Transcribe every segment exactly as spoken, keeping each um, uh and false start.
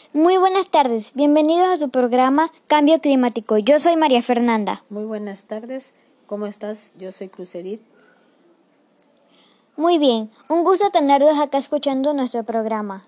Muy buenas tardes, bienvenidos a su programa Cambio Climático. Yo soy María Fernanda. Muy buenas tardes, ¿cómo estás? Yo soy Cruz Edith. Muy bien, un gusto tenerlos acá escuchando nuestro programa.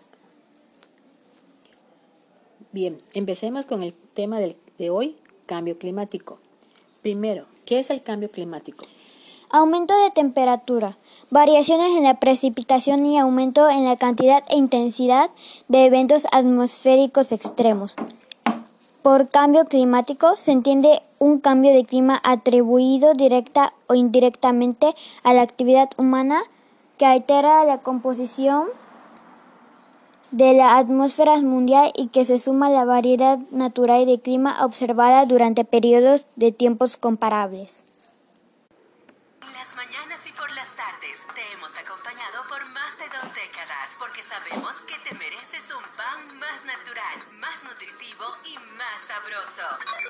Bien, empecemos con el tema del, de hoy, cambio climático. Primero, ¿qué es el cambio climático? Aumento de temperatura, variaciones en la precipitación y aumento en la cantidad e intensidad de eventos atmosféricos extremos. Por cambio climático se entiende un cambio de clima atribuido directa o indirectamente a la actividad humana que altera la composición de la atmósfera mundial y que se suma a la variedad natural de clima observada durante periodos de tiempos comparables. En las mañanas y por las tardes te hemos acompañado por más de dos décadas porque sabemos que te mereces un pan más natural, más nutritivo y más sabroso.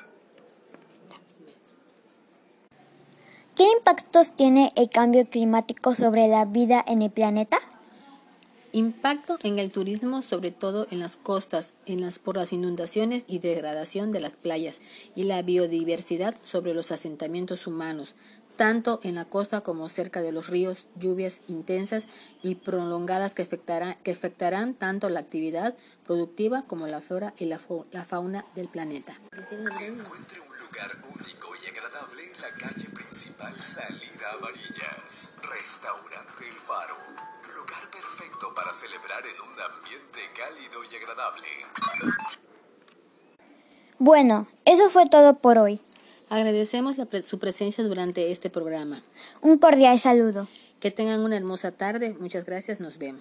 ¿Qué impactos tiene el cambio climático sobre la vida en el planeta? Impacto en el turismo, sobre todo en las costas, en las, por las inundaciones y degradación de las playas, y la biodiversidad sobre los asentamientos humanos, tanto en la costa como cerca de los ríos, lluvias intensas y prolongadas que afectarán, que afectarán tanto la actividad productiva como la flora y la, la fauna del planeta. Encuentre un lugar único y agradable en la calle principal Salida a Varillas. Restaurante El Faro. Lugar perfecto para celebrar en un ambiente cálido y agradable. Bueno, eso fue todo por hoy. Agradecemos la pre- su presencia durante este programa. Un cordial saludo. Que tengan una hermosa tarde. Muchas gracias. Nos vemos.